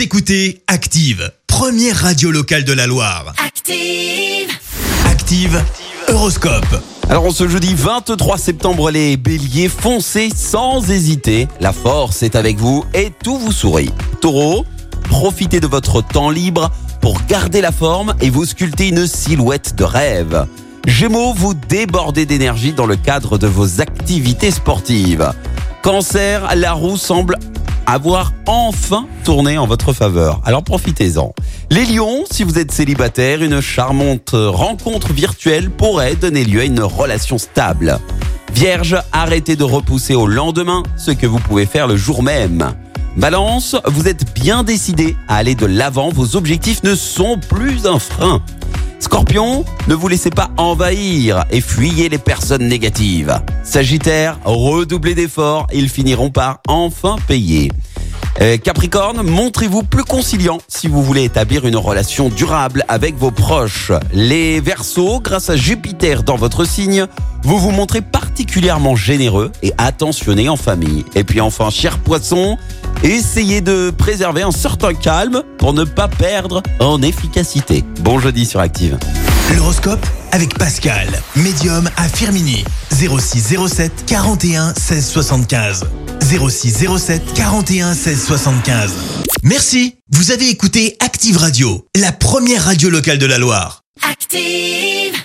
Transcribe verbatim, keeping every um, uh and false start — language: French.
Vous écoutez Active, première radio locale de la Loire. Active. Active, Horoscope. Alors on ce jeudi vingt-trois septembre, les béliers, foncez sans hésiter. La force est avec vous et tout vous sourit. Taureau, profitez de votre temps libre pour garder la forme et vous sculpter une silhouette de rêve. Gémeaux, vous débordez d'énergie dans le cadre de vos activités sportives. Cancer, la roue semble avoir enfin tourné en votre faveur. Alors profitez-en. Les lions, si vous êtes célibataire, une charmante rencontre virtuelle pourrait donner lieu à une relation stable. Vierge, arrêtez de repousser au lendemain ce que vous pouvez faire le jour même. Balance, vous êtes bien décidé à aller de l'avant, vos objectifs ne sont plus un frein. Scorpion, ne vous laissez pas envahir et fuyez les personnes négatives. Sagittaire, redoublez d'efforts, ils finiront par enfin payer. Euh, Capricorne, montrez-vous plus conciliant si vous voulez établir une relation durable avec vos proches. Les Verseaux, grâce à Jupiter dans votre signe, vous vous montrez particulièrement généreux et attentionné en famille. Et puis enfin, cher Poisson, essayez de préserver un certain calme pour ne pas perdre en efficacité. Bon jeudi sur Active. L'horoscope avec Pascal, médium à Firminy. zéro six zéro sept quarante et un seize soixante-quinze. zéro six zéro sept quarante et un seize soixante-quinze. Merci, vous avez écouté Active Radio, la première radio locale de la Loire. Active.